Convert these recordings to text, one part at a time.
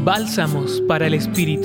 Bálsamos para el Espíritu.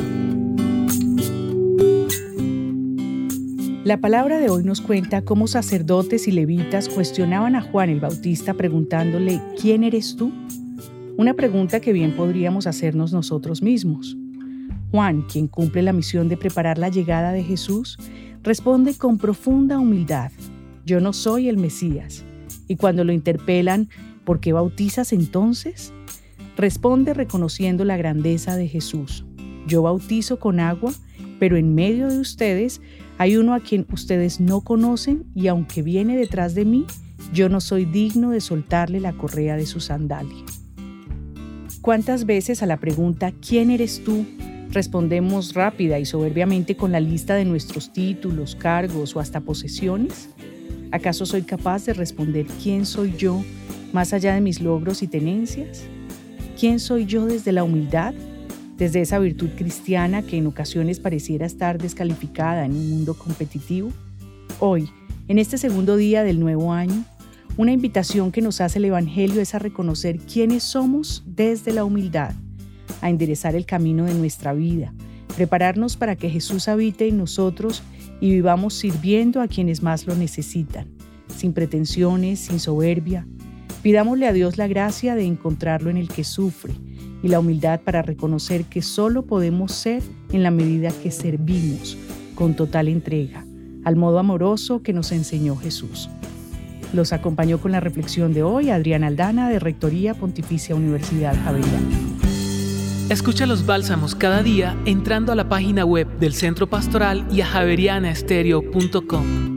La palabra de hoy nos cuenta cómo sacerdotes y levitas cuestionaban a Juan el Bautista preguntándole: ¿quién eres tú? Una pregunta que bien podríamos hacernos nosotros mismos. Juan, quien cumple la misión de preparar la llegada de Jesús, responde con profunda humildad: yo no soy el Mesías. Y cuando lo interpelan: ¿por qué bautizas entonces?, responde reconociendo la grandeza de Jesús: yo bautizo con agua, pero en medio de ustedes hay uno a quien ustedes no conocen, y aunque viene detrás de mí, yo no soy digno de soltarle la correa de su sandalia. ¿Cuántas veces a la pregunta ¿quién eres tú?, respondemos rápida y soberbiamente con la lista de nuestros títulos, cargos o hasta posesiones? ¿Acaso soy capaz de responder quién soy yo más allá de mis logros y tenencias? ¿Quién soy yo desde la humildad? Desde esa virtud cristiana que en ocasiones pareciera estar descalificada en un mundo competitivo. Hoy, en este segundo día del nuevo año, una invitación que nos hace el Evangelio es a reconocer quiénes somos desde la humildad, a enderezar el camino de nuestra vida, prepararnos para que Jesús habite en nosotros y vivamos sirviendo a quienes más lo necesitan, sin pretensiones, sin soberbia. Pidámosle a Dios la gracia de encontrarlo en el que sufre y la humildad para reconocer que solo podemos ser en la medida que servimos con total entrega, al modo amoroso que nos enseñó Jesús. Los acompañó con la reflexión de hoy Adriana Aldana, de Rectoría Pontificia Universidad Javeriana. Escucha los bálsamos cada día entrando a la página web del Centro Pastoral y a javerianaestereo.com.